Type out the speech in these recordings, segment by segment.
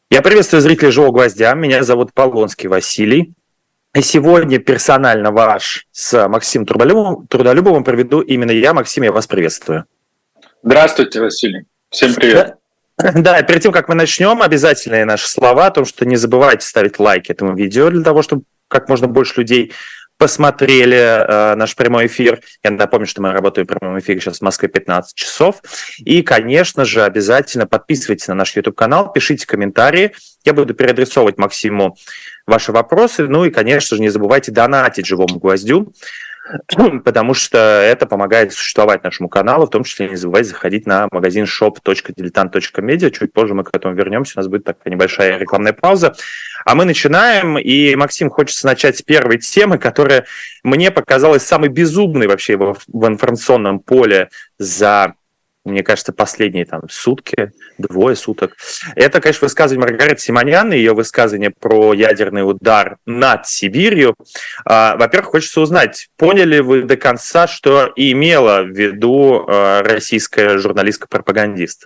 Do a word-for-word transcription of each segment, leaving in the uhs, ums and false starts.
Я приветствую зрителей «Живого гвоздя». Меня зовут Полонский Василий. И сегодня персонально ваш с Максимом Трудолюбовым, Трудолюбовым проведу именно я. Максим, я вас приветствую. Здравствуйте, Василий. Всем привет. Да, да, перед тем, как мы начнем, обязательные наши слова о том, что не забывайте ставить лайки этому видео для того, чтобы как можно больше людей посмотрели э, наш прямой эфир. Я напомню, что мы работаем в прямом эфире сейчас в Москве пятнадцать часов. И, конечно же, обязательно подписывайтесь на наш YouTube-канал, пишите комментарии. Я буду переадресовывать Максиму ваши вопросы. Ну и, конечно же, не забывайте донатить «Живому гвоздю», потому что это помогает существовать нашему каналу, в том числе не забывайте заходить на магазин шоп точка дилетант точка медиа. Чуть позже мы к этому вернемся, у нас будет такая небольшая рекламная пауза. А мы начинаем, и, Максим, хочется начать с первой темы, которая мне показалась самой безумной вообще в, в информационном поле за, мне кажется, последние там сутки, двое суток. Это, конечно, высказывание Маргариты Симоньян, ее высказывание про ядерный удар над Сибирью. А, во-первых, хочется узнать, поняли вы до конца, что имела в виду а, российская журналистка-пропагандист?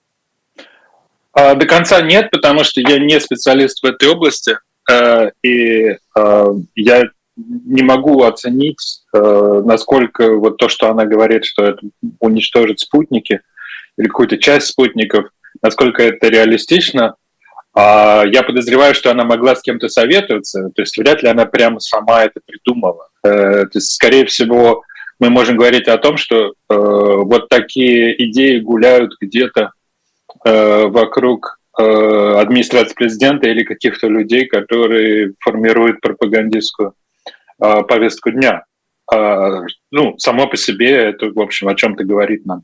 А, до конца нет, потому что я не специалист в этой области, э, и э, я не могу оценить, э, насколько вот то, что она говорит, что это уничтожит спутники или какую-то часть спутников, насколько это реалистично. А я подозреваю, что она могла с кем-то советоваться, то есть вряд ли она прямо сама это придумала. Э, то есть, скорее всего, мы можем говорить о том, что э, вот такие идеи гуляют где-то э, вокруг э, администрации президента или каких-то людей, которые формируют пропагандистскую повестку дня. Ну, само по себе это, в общем, о чем-то говорит нам.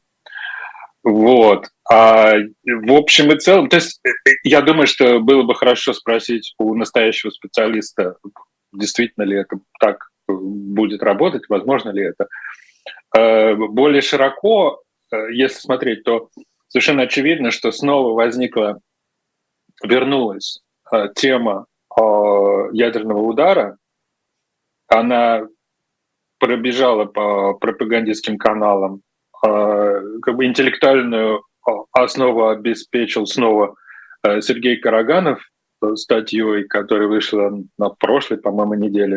Вот. А в общем и целом, то есть я думаю, что было бы хорошо спросить у настоящего специалиста, действительно ли это так будет работать, возможно ли это. Более широко, если смотреть, то совершенно очевидно, что снова возникла, вернулась тема ядерного удара. Она пробежала по пропагандистским каналам, как бы интеллектуальную основу обеспечил снова Сергей Караганов статьей, которая вышла на прошлой, по-моему, неделе.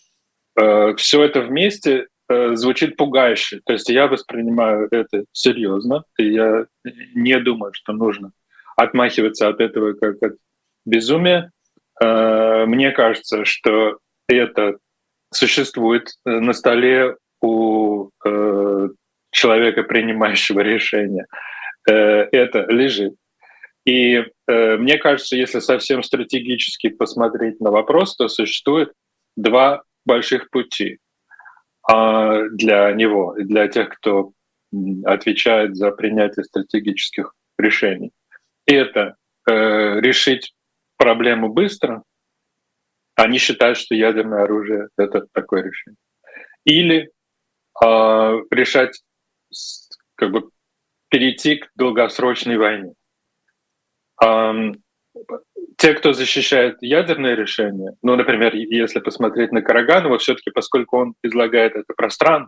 Все это вместе звучит пугающе. То есть я воспринимаю это серьезно, и я не думаю, что нужно отмахиваться от этого как от безумия. Мне кажется, что это существует на столе у э, человека, принимающего решения. Э, это лежит. И э, мне кажется, если совсем стратегически посмотреть на вопрос, то существует два больших пути э, для него и для тех, кто отвечает за принятие стратегических решений. И это э, решить проблему быстро. Они считают, что ядерное оружие — это такое решение. Или э, решать, как бы перейти к долгосрочной войне. Э, те, кто защищает ядерное решение, ну, например, если посмотреть на Караганова, все-таки поскольку он излагает это пространно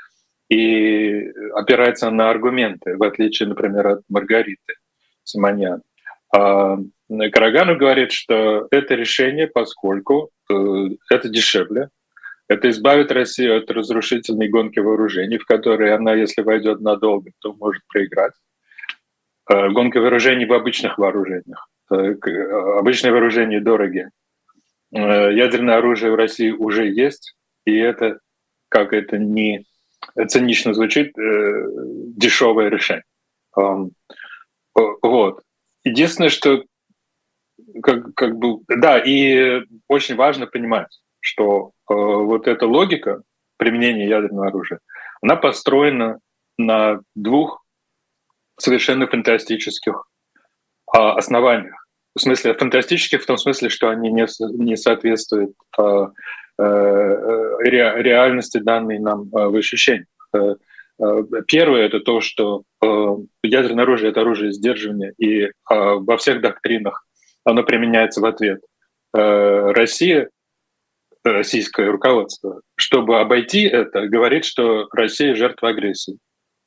и опирается на аргументы, в отличие, например, от Маргариты Симоньян, Караганов говорит, что это решение, поскольку э, это дешевле, это избавит Россию от разрушительной гонки вооружений, в которой она, если войдет надолго, то может проиграть. Э, гонка вооружений в обычных вооружениях. Э, обычные вооружения дороги. Э, ядерное оружие в России уже есть, и это, как это не цинично звучит, э, дешевое решение. Э, вот. Единственное, что как, как бы, да, и очень важно понимать, что э, вот эта логика применения ядерного оружия, она построена на двух совершенно фантастических э, основаниях. В смысле, фантастических в том смысле, что они не, не соответствуют э, э, ре, реальности, данной нам э, в ощущениях. Первое — это то, что э, ядерное оружие — это оружие сдерживания, и э, во всех доктринах оно применяется в ответ. Э, Россия, российское руководство, чтобы обойти это, говорит, что Россия — жертва агрессии.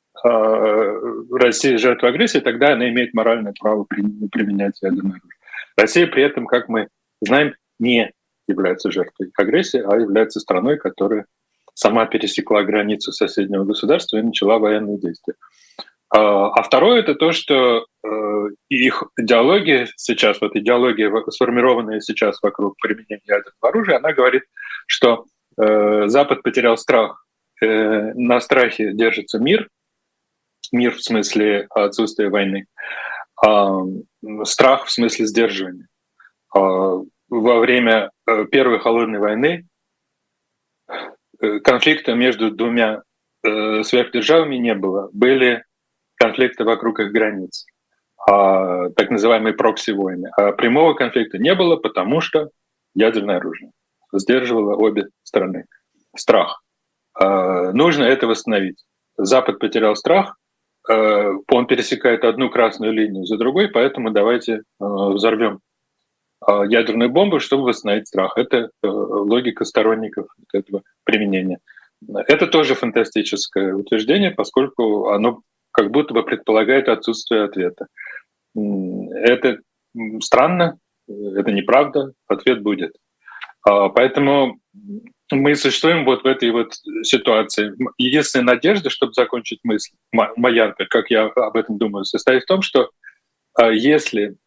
Э, Россия — жертва агрессии, тогда она имеет моральное право применять ядерное оружие. Россия при этом, как мы знаем, не является жертвой агрессии, а является страной, которая сама пересекла границу соседнего государства и начала военные действия. А второе — это то, что их идеология сейчас, вот идеология, сформированная сейчас вокруг применения ядерного оружия, она говорит, что Запад потерял страх. На страхе держится мир, мир в смысле отсутствия войны, страх в смысле сдерживания. Во время Первой холодной войны конфликта между двумя сверхдержавами не было. Были конфликты вокруг их границ, так называемые прокси-войны. А прямого конфликта не было, потому что ядерное оружие сдерживало обе стороны. Страх. Нужно это восстановить. Запад потерял страх, он пересекает одну красную линию за другой, поэтому давайте взорвем ядерную бомбу, чтобы восстановить страх. Это логика сторонников этого применения. Это тоже фантастическое утверждение, поскольку оно как будто бы предполагает отсутствие ответа. Это странно, это неправда, ответ будет. Поэтому мы существуем вот в этой вот ситуации. Единственная надежда, чтобы закончить мысль, моя, как я об этом думаю, состоит в том, что если,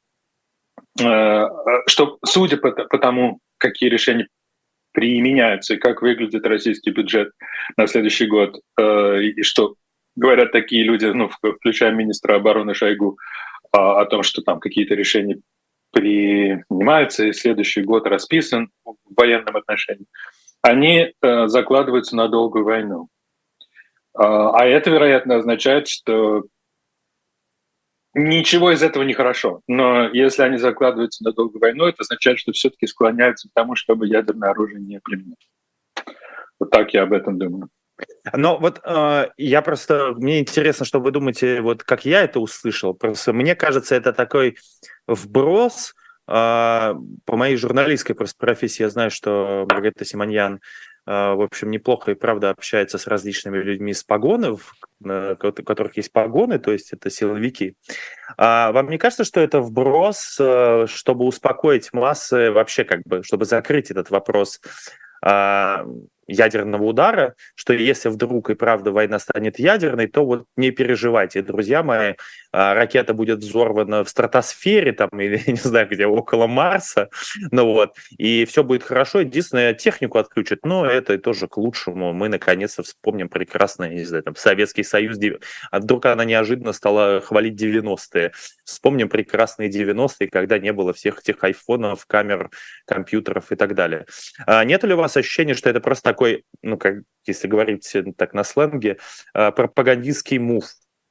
что судя по, по тому, какие решения применяются и как выглядит российский бюджет на следующий год, и что говорят такие люди, ну, включая министра обороны Шойгу, о том, что там какие-то решения принимаются, и следующий год расписан в военном отношении, они закладываются на долгую войну. А это, вероятно, означает, что ничего из этого не хорошо. Но если они закладываются на долгую войну, это означает, что все-таки склоняются к тому, чтобы ядерное оружие не применять. Вот так я об этом думаю. Но вот э, я просто, мне интересно, что вы думаете, вот как я это услышал. Просто мне кажется, это такой вброс. Э, по моей журналистской просто профессии я знаю, что Маргарита Симоньян, э, в общем, неплохо и правда общается с различными людьми с погонов, э, у которых есть погоны, то есть это силовики. А вам не кажется, что это вброс, э, чтобы успокоить массы, вообще как бы, чтобы закрыть этот вопрос э, ядерного удара, что если вдруг и правда война станет ядерной, то вот не переживайте, друзья мои, ракета будет взорвана в стратосфере там или не знаю где, около Марса, ну вот, и все будет хорошо, единственное, технику отключат, но это тоже к лучшему, мы наконец-то вспомним прекрасный, не знаю, там, Советский Союз, а вдруг она неожиданно стала хвалить девяностые, вспомним прекрасные девяностые, когда не было всех этих айфонов, камер, компьютеров и так далее. А нет ли у вас ощущения, что это просто такой, ну, как, если говорить так на сленге, пропагандистский мув?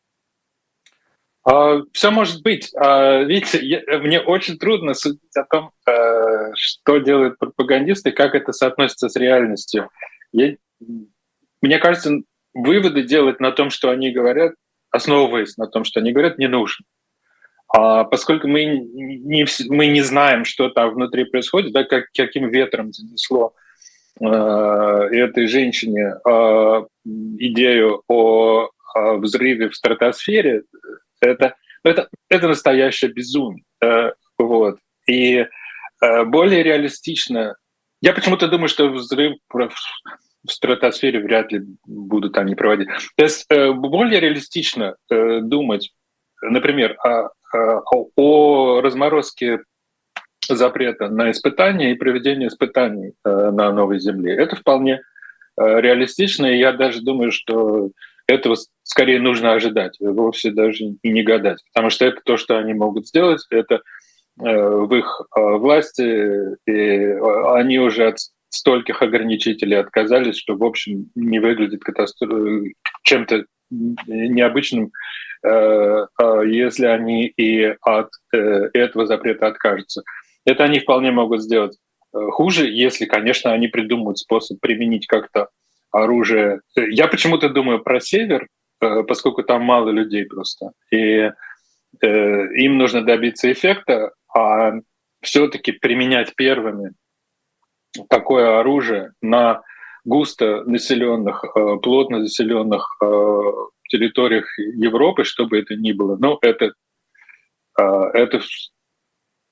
Все может быть. Видите, я, мне очень трудно судить о том, что делают пропагандисты, как это соотносится с реальностью. Я, мне кажется, выводы делать на том, что они говорят, основываясь на том, что они говорят, не нужно. А поскольку мы не, мы не знаем, что там внутри происходит, да, как, каким ветром занесло этой женщине э, идею о, о взрыве в стратосфере, это, это, это настоящее безумие. Э, вот. И э, более реалистично... Я почему-то думаю, что взрыв в стратосфере вряд ли будут они проводить. То есть э, более реалистично э, думать, например, о, о, о разморозке запрета на испытания и проведение испытаний э, на новой Земле. Это вполне э, реалистично, и я даже думаю, что этого скорее нужно ожидать, вовсе даже и не гадать, потому что это то, что они могут сделать, это э, в их э, власти, и они уже от стольких ограничителей отказались, что, в общем, не выглядит катастроф... чем-то необычным, э, э, если они и от э, этого запрета откажутся. Это они вполне могут сделать хуже, если, конечно, они придумают способ применить как-то оружие. Я почему-то думаю про север, поскольку там мало людей просто. И э, им нужно добиться эффекта, а все-таки применять первыми такое оружие на густо населенных, плотно заселенных территориях Европы, чтобы это ни было. Ну, это, это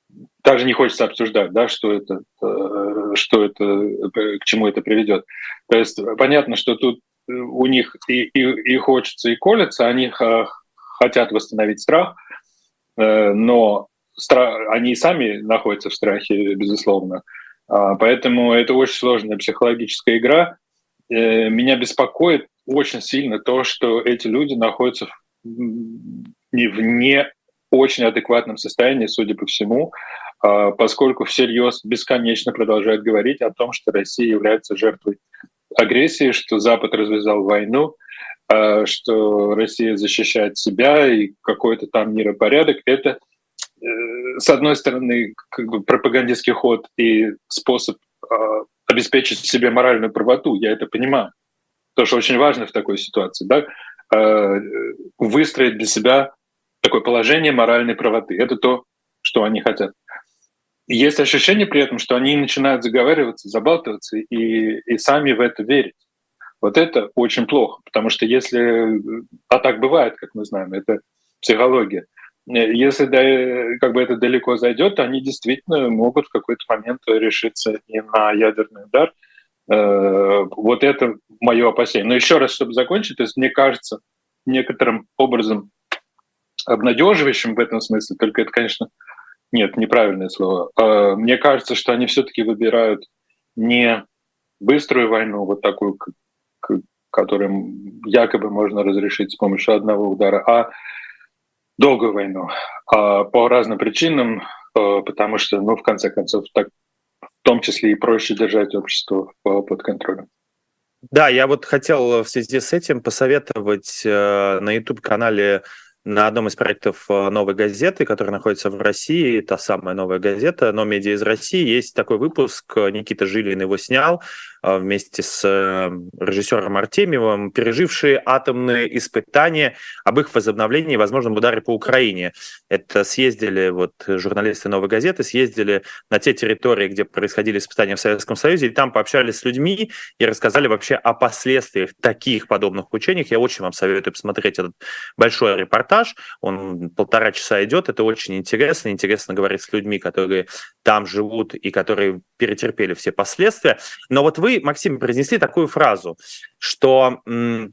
даже не хочется обсуждать, да, что это, что это, к чему это приведет. То есть понятно, что тут у них и, и, и хочется, и колется, они хотят восстановить страх, но страх, они сами находятся в страхе, безусловно. Поэтому это очень сложная психологическая игра. Меня беспокоит очень сильно то, что эти люди находятся не в не очень адекватном состоянии, судя по всему, поскольку всерьез бесконечно продолжают говорить о том, что Россия является жертвой агрессии, что Запад развязал войну, что Россия защищает себя и какой-то там миропорядок. Это, с одной стороны, как бы пропагандистский ход и способ обеспечить себе моральную правоту, я это понимаю. То, что очень важно в такой ситуации, да, выстроить для себя такое положение моральной правоты. Это то, что они хотят. Есть ощущение при этом, что они начинают заговариваться, забалтываться и, и сами в это верить. Вот это очень плохо, потому что если... А так бывает, как мы знаем, это психология. Если да, как бы это далеко зайдет, то они действительно могут в какой-то момент решиться и на ядерный удар. Вот это мое опасение. Но еще раз, чтобы закончить, то есть мне кажется некоторым образом обнадеживающим в этом смысле, только это, конечно, нет, неправильное слово. Мне кажется, что они все-таки выбирают не быструю войну, вот такую, которую якобы можно разрешить с помощью одного удара, а долгую войну. По разным причинам, потому что, ну, в конце концов, так, в том числе и проще держать общество под контролем. Да, я вот хотел в связи с этим посоветовать на YouTube-канале на одном из проектов «Новой газеты», который находится в России, та самая «Новая газета», «Но медиа из России», есть такой выпуск, Никита Жилин его снял вместе с режиссером Артемьевым, пережившие атомные испытания, об их возобновлении и возможном ударе по Украине. Это съездили вот журналисты «Новой газеты», съездили на те территории, где происходили испытания в Советском Союзе, и там пообщались с людьми и рассказали вообще о последствиях таких подобных учений. Я очень вам советую посмотреть этот большой репортаж. Он полтора часа идет, это очень интересно. Интересно говорить с людьми, которые там живут и которые перетерпели все последствия. Но вот вы, Максим, произнесли такую фразу, что м-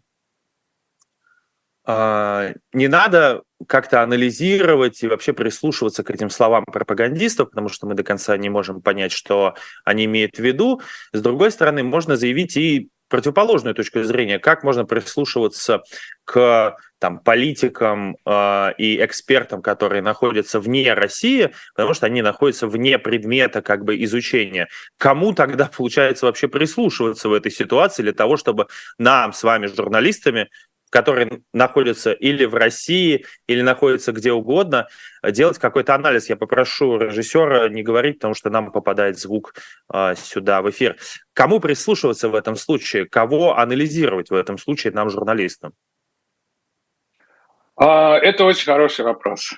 э- не надо как-то анализировать и вообще прислушиваться к этим словам пропагандистов, потому что мы до конца не можем понять, что они имеют в виду. С другой стороны, можно заявить и противоположную точку зрения, как можно прислушиваться к там, политикам э, и экспертам, которые находятся вне России, потому что они находятся вне предмета как бы изучения. Кому тогда получается вообще прислушиваться в этой ситуации для того, чтобы нам с вами, журналистами, которые находятся или в России, или находятся где угодно, делать какой-то анализ? Я попрошу режиссера не говорить, потому что нам попадает звук э, сюда в эфир. Кому прислушиваться в этом случае? Кого анализировать в этом случае нам, журналистам? Это очень хороший вопрос.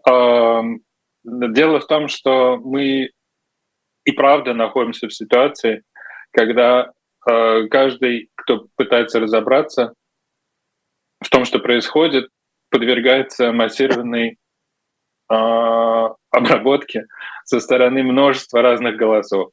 Дело в том, что мы и правда находимся в ситуации, когда каждый, кто пытается разобраться в том, что происходит, подвергается массированной обработке со стороны множества разных голосов.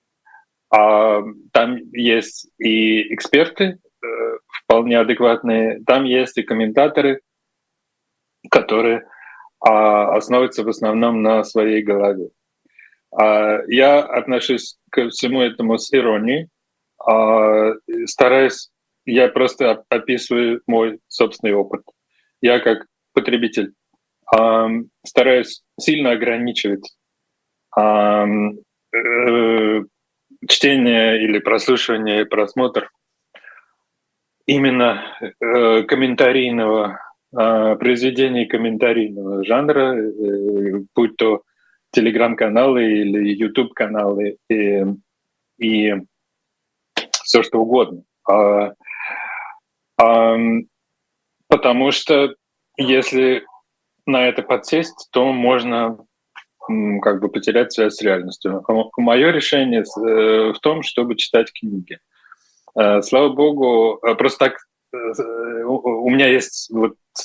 Там есть и эксперты вполне адекватные, там есть и комментаторы, которые а, основываются в основном на своей голове. А, я отношусь ко всему этому с иронией, а, стараюсь, я просто описываю мой собственный опыт. Я как потребитель а, стараюсь сильно ограничивать а, э, чтение или прослушивание, просмотр именно э, комментарийного произведений комментарийного жанра, будь то телеграм-каналы или ютуб-каналы и, и все что угодно. А, а, потому что если на это подсесть, то можно как бы потерять связь с реальностью. Мое решение в том, чтобы читать книги. Слава богу, просто так у меня есть вот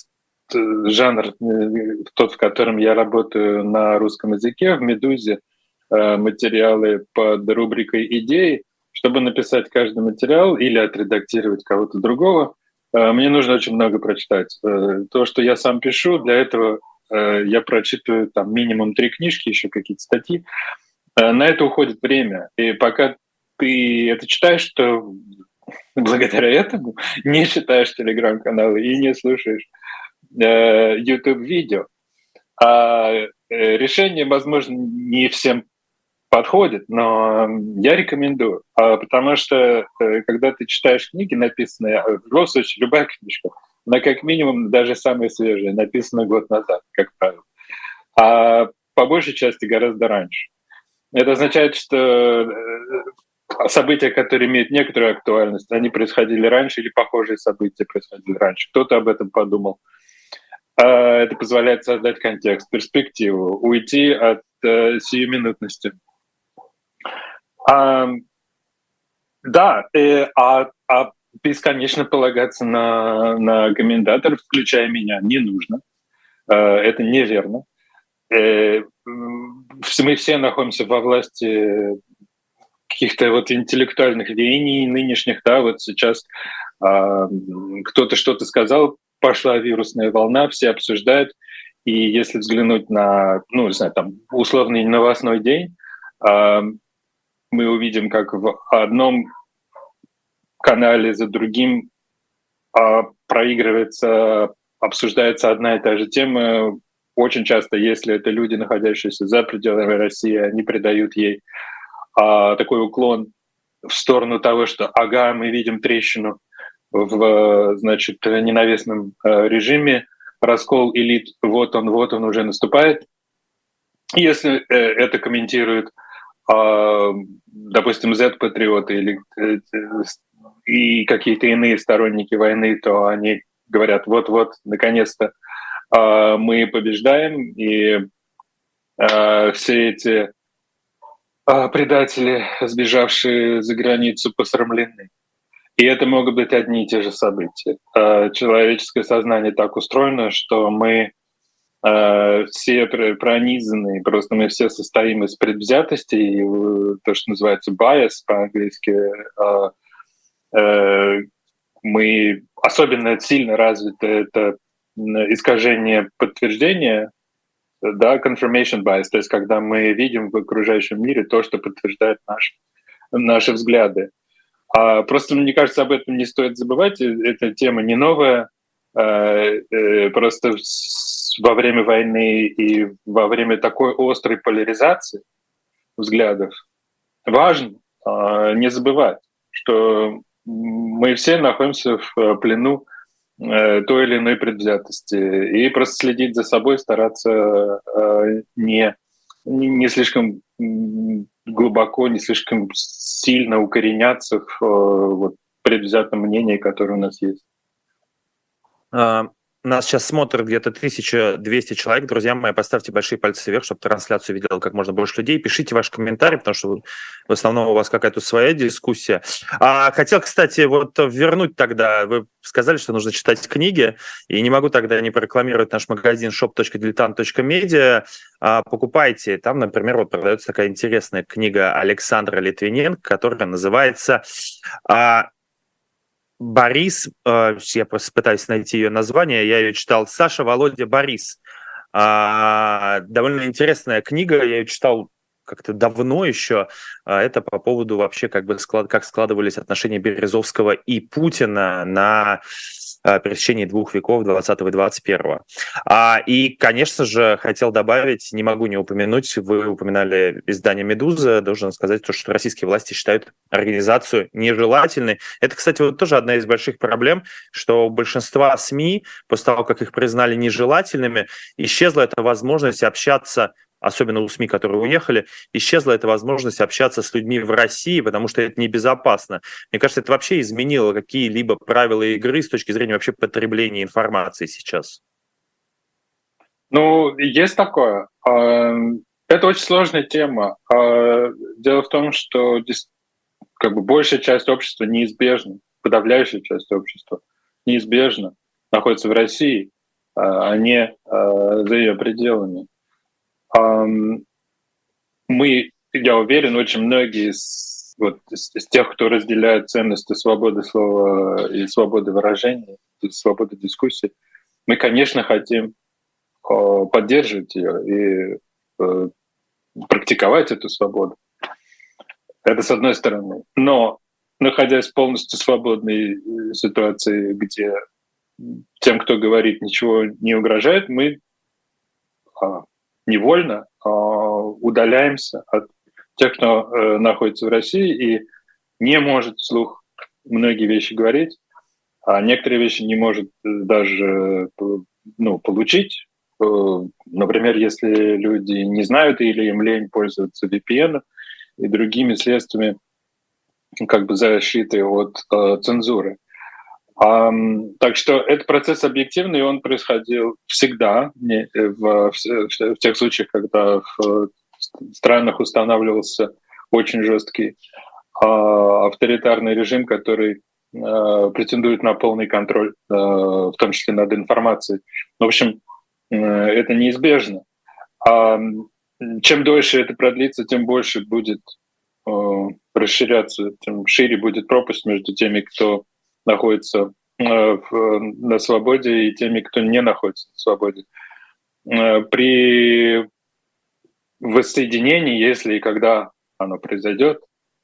жанр, тот, в котором я работаю на русском языке, в «Медузе», материалы под рубрикой «Идеи». Чтобы написать каждый материал или отредактировать кого-то другого, мне нужно очень много прочитать. То, что я сам пишу, для этого я прочитываю там минимум три книжки, еще какие-то статьи. На это уходит время. И пока ты это читаешь, то благодаря этому не читаешь телеграм-каналы и не слушаешь YouTube-видео. А решение, возможно, не всем подходит, но я рекомендую, потому что когда ты читаешь книги, написанные, в любом случае, любая книжка, она как минимум, даже самая свежая, написана год назад, как правило, а по большей части гораздо раньше. Это означает, что события, которые имеют некоторую актуальность, они происходили раньше, или похожие события происходили раньше. Кто-то об этом подумал. Это позволяет создать контекст, перспективу, уйти от сиюминутности. А, да, э, а, а бесконечно полагаться на, на комментаторов, включая меня, не нужно. Э, это неверно. Э, мы все находимся во власти каких-то вот интеллектуальных веяний нынешних, да, вот сейчас э, кто-то что-то сказал, пошла вирусная волна, все обсуждают, и если взглянуть на, ну, не знаю, там, условный новостной день, э, мы увидим, как в одном канале за другим а, проигрывается, обсуждается одна и та же тема. Очень часто, если это люди, находящиеся за пределами России, они придают ей а, такой уклон в сторону того, что ага, мы видим трещину в, значит, ненавистном а, режиме, раскол элит, вот он, вот он уже наступает. Если э, это комментируют допустим, Z-патриоты или и какие-то иные сторонники войны, то они говорят, вот-вот, наконец-то мы побеждаем, и все эти предатели, сбежавшие за границу, посрамлены. И это могут быть одни и те же события. Человеческое сознание так устроено, что мы все пронизаны, просто мы все состоим из предвзятостей, то, что называется bias по-английски. Мы особенно сильно развито это искажение подтверждения, да, confirmation bias, то есть когда мы видим в окружающем мире то, что подтверждает наш, наши взгляды. А просто, мне кажется, об этом не стоит забывать, эта тема не новая, просто во время войны и во время такой острой поляризации взглядов важно не забывать, что мы все находимся в плену той или иной предвзятости, и просто следить за собой, стараться не, не слишком глубоко, не слишком сильно укореняться в вот, предвзятом мнении, которое у нас есть. Нас сейчас смотрят где-то тысяча двести человек. Друзья мои, поставьте большие пальцы вверх, чтобы трансляцию видел как можно больше людей. Пишите ваши комментарии, потому что в основном у вас какая-то своя дискуссия. А, хотел, кстати, вот вернуть тогда. Вы сказали, что нужно читать книги, и не могу тогда не прорекламировать наш магазин шоп точка дилетант точка медиа. А, покупайте. Там, например, вот продается такая интересная книга Александра Литвиненко, которая называется... Борис, я просто пытаюсь найти ее название, я ее читал, Саша, Володя, Борис. Довольно интересная книга, я ее читал как-то давно еще. Это по поводу вообще, как бы склад, как складывались отношения Березовского и Путина на пересечении двух веков, двадцатого и двадцать первого. А, и, конечно же, хотел добавить, не могу не упомянуть, вы упоминали издание «Медуза», должен сказать, то, что российские власти считают организацию нежелательной. Это, кстати, вот тоже одна из больших проблем, что у большинства СМИ, после того, как их признали нежелательными, исчезла эта возможность общаться, особенно у СМИ, которые уехали, исчезла эта возможность общаться с людьми в России, потому что это небезопасно. Мне кажется, это вообще изменило какие-либо правила игры с точки зрения вообще потребления информации сейчас. Ну, есть такое. Это очень сложная тема. Дело в том, что как бы большая часть общества неизбежно, подавляющая часть общества неизбежно находится в России. а не за ее пределами. Мы, я уверен, очень многие из, вот, из, из тех, кто разделяет ценности свободы слова и свободы выражения, и свободы дискуссии, мы, конечно, хотим поддерживать ее и практиковать эту свободу. Это с одной стороны. Но находясь в полностью свободной ситуации, где тем, кто говорит, ничего не угрожает, мы невольно удаляемся от тех, кто находится в России и не может вслух многие вещи говорить, а некоторые вещи не может даже ну, получить. Например, если люди не знают или им лень пользоваться ви пи эн и другими средствами как бы защиты от э, цензуры. А, так что этот процесс объективный, он происходил всегда не, в, в, в тех случаях, когда в странах устанавливался очень жесткий э, авторитарный режим, который э, претендует на полный контроль, э, в том числе над информацией. В общем, э, это неизбежно. А чем дольше это продлится, тем больше будет э, расширяться, тем шире будет пропасть между теми, кто находится э, в, на свободе, и теми, кто не находится на свободе. Э, при воссоединении, если и когда оно произойдет,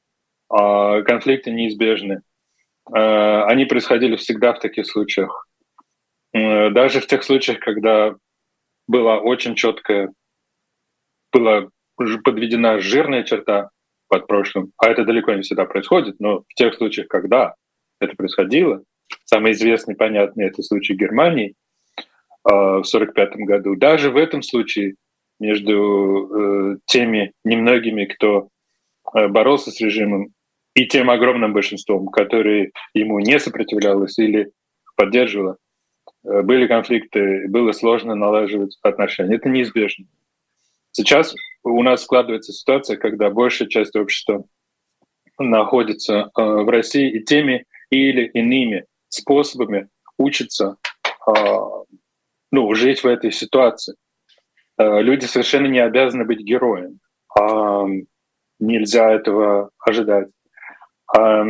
э, конфликты неизбежны. Э, они происходили всегда в таких случаях. Э, даже в тех случаях, когда была очень четкая, была подведена жирная черта под прошлым, а это далеко не всегда происходит, но в тех случаях, когда это происходило, самый известный, понятный, это случай Германии э, в сорок пятом году, даже в этом случае между э, теми немногими, кто э, боролся с режимом, и тем огромным большинством, которые ему не сопротивлялось или поддерживало, э, были конфликты, было сложно налаживать отношения. Это неизбежно. Сейчас у нас складывается ситуация, когда большая часть общества находится э, в России и теми или иными способами учится э, ну, жить в этой ситуации. Э, люди совершенно не обязаны быть героем. Э, нельзя этого ожидать. Э,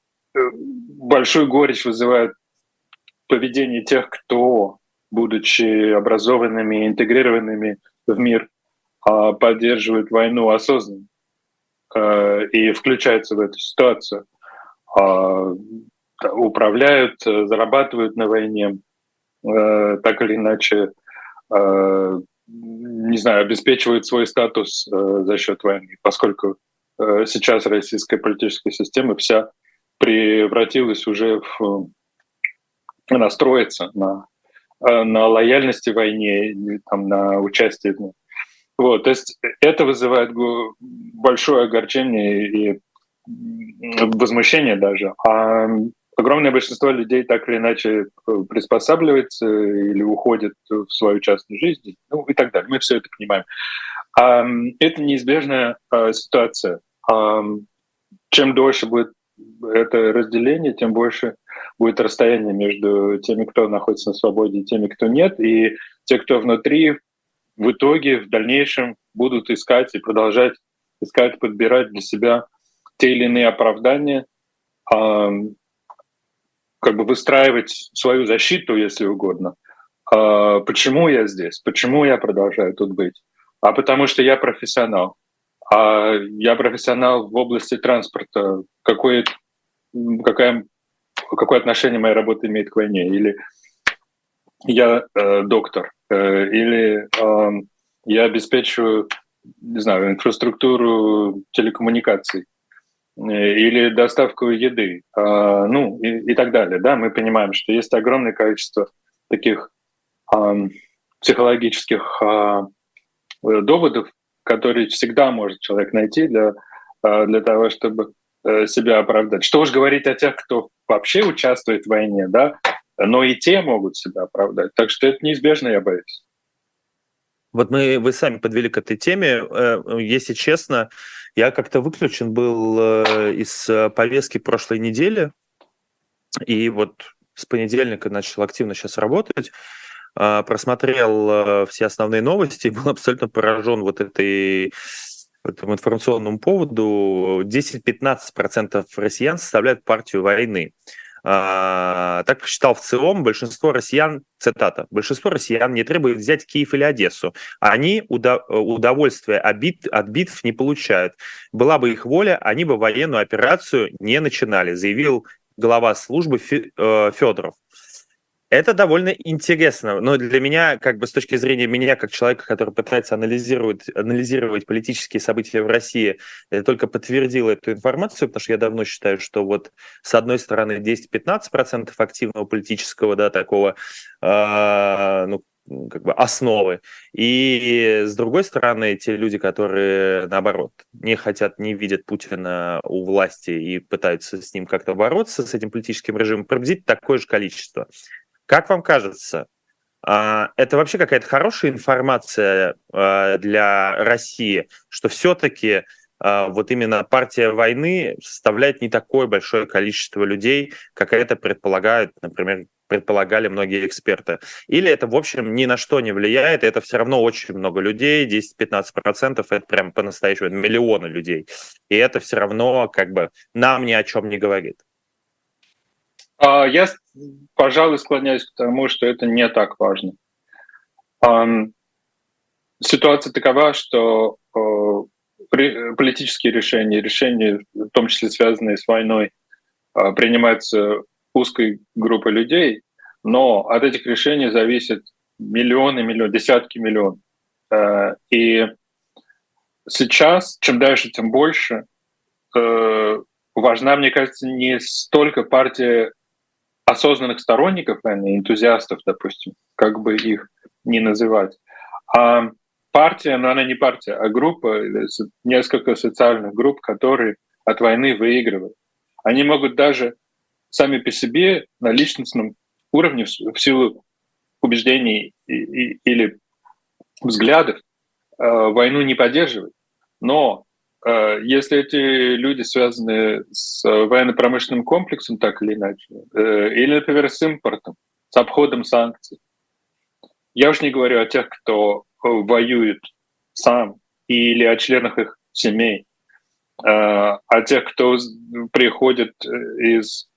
большую горечь вызывает поведение тех, кто, будучи образованными, интегрированными в мир, поддерживают войну осознанно э, и включаются в эту ситуацию, э, управляют, зарабатывают на войне, э, так или иначе, э, не знаю, обеспечивают свой статус э, за счет войны, поскольку э, сейчас российская политическая система вся превратилась уже в настроиться на, на лояльности войне, там, на участие в ней. Вот, то есть это вызывает большое огорчение и возмущение даже. А огромное большинство людей так или иначе приспосабливается или уходит в свою частную жизнь, ну и так далее. Мы все это понимаем. А это неизбежная ситуация. А чем дольше будет это разделение, тем больше будет расстояние между теми, кто находится на свободе, и теми, кто нет. И те, кто внутри, в итоге в дальнейшем будут искать и продолжать искать, подбирать для себя те или иные оправдания, э, как бы выстраивать свою защиту, если угодно. Э, почему я здесь? Почему я продолжаю тут быть? А потому что я профессионал. А я профессионал в области транспорта. Какое, какое, какое отношение моя работа имеет к войне? Или я э, доктор? Или э, я обеспечиваю, не знаю, инфраструктуру телекоммуникаций, или доставку еды, э, ну и, и так далее. Да? Мы понимаем, что есть огромное количество таких э, психологических э, доводов, которые всегда может человек найти для, э, для того, чтобы э, себя оправдать. Что уж говорить о тех, кто вообще участвует в войне, да? Но и те могут себя оправдать. Так что это неизбежно, я боюсь. Вот мы, вы сами подвели к этой теме. Если честно, я как-то выключен был из повестки прошлой недели. И вот с понедельника начал активно сейчас работать. просмотрел все основные новости и был абсолютно поражен вот этой этому информационному поводу. десять-пятнадцать процентов россиян составляют партию войны. А, так посчитал в ЦИОМ, большинство россиян, цитата, большинство россиян не требует взять Киев или Одессу. Они удо- удовольствия от бит- от битв не получают. Была бы их воля, они бы военную операцию не начинали, заявил глава службы Федоров. Это довольно интересно, но для меня, как бы с точки зрения меня, как человека, который пытается анализировать, анализировать политические события в России, это только подтвердило эту информацию, потому что я давно считаю, что вот с одной стороны десять-пятнадцать процентов активного политического, да, такого, э, ну, как бы основы, и с другой стороны те люди, которые, наоборот, не хотят, не видят Путина у власти и пытаются с ним как-то бороться, с этим политическим режимом, приблизительно такое же количество. Как вам кажется, это вообще какая-то хорошая информация для России, что все-таки вот именно партия войны составляет не такое большое количество людей, как это предполагают, например, предполагали многие эксперты? Или это, в общем, ни на что не влияет, и это все равно очень много людей, десять-пятнадцать процентов, это прям по-настоящему миллионы людей, и это все равно как бы нам ни о чем не говорит? Я, пожалуй, склоняюсь к тому, что это не так важно. Ситуация такова, что политические решения, решения, в том числе связанные с войной, принимаются узкой группой людей, но от этих решений зависят миллионы, миллионы, десятки миллионов. И сейчас, чем дальше, тем больше, важна, мне кажется, не столько партия осознанных сторонников войны, энтузиастов, допустим, как бы их ни называть, а партия, но она не партия, а группа, несколько социальных групп, которые от войны выигрывают. Они могут даже сами по себе на личностном уровне в силу убеждений или взглядов войну не поддерживать. Но если эти люди связаны с военно-промышленным комплексом, так или иначе, или, например, с импортом, с обходом санкций, я уж не говорю о тех, кто воюет сам, или о членах их семей, а тех, кто приходит из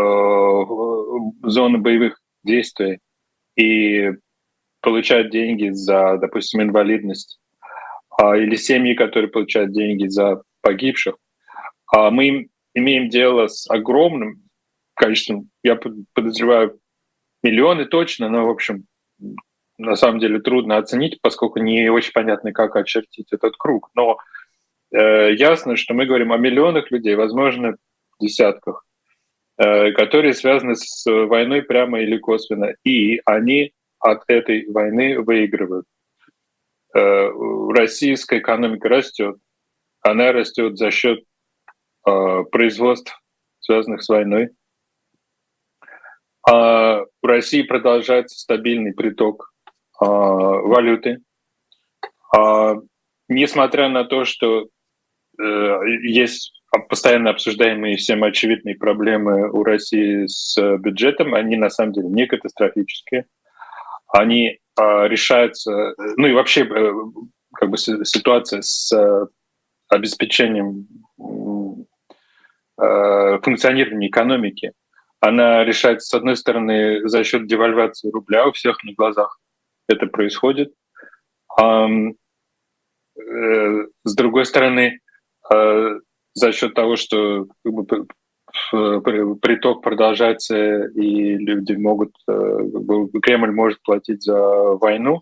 зоны боевых действий и получает деньги за, допустим, инвалидность, или семьи, которые получают деньги за погибших. Мы имеем дело с огромным количеством, я подозреваю, миллионы точно, но, в общем, на самом деле трудно оценить, поскольку не очень понятно, как очертить этот круг. Но э, ясно, что мы говорим о миллионах людей, возможно, десятках, э, которые связаны с войной прямо или косвенно, и они от этой войны выигрывают. Российская экономика растет. Она растет за счет э, производств, связанных с войной. А в России продолжается стабильный приток э, валюты. А, несмотря на то, что э, есть постоянно обсуждаемые всем очевидные проблемы у России с бюджетом, они на самом деле не катастрофические. Они решаются, ну и вообще как бы ситуация с обеспечением функционирования экономики, она решается, с одной стороны, за счет девальвации рубля, у всех на глазах это происходит, а с другой стороны, за счет того, что как бы, приток продолжается, и люди могут, Кремль может платить за войну.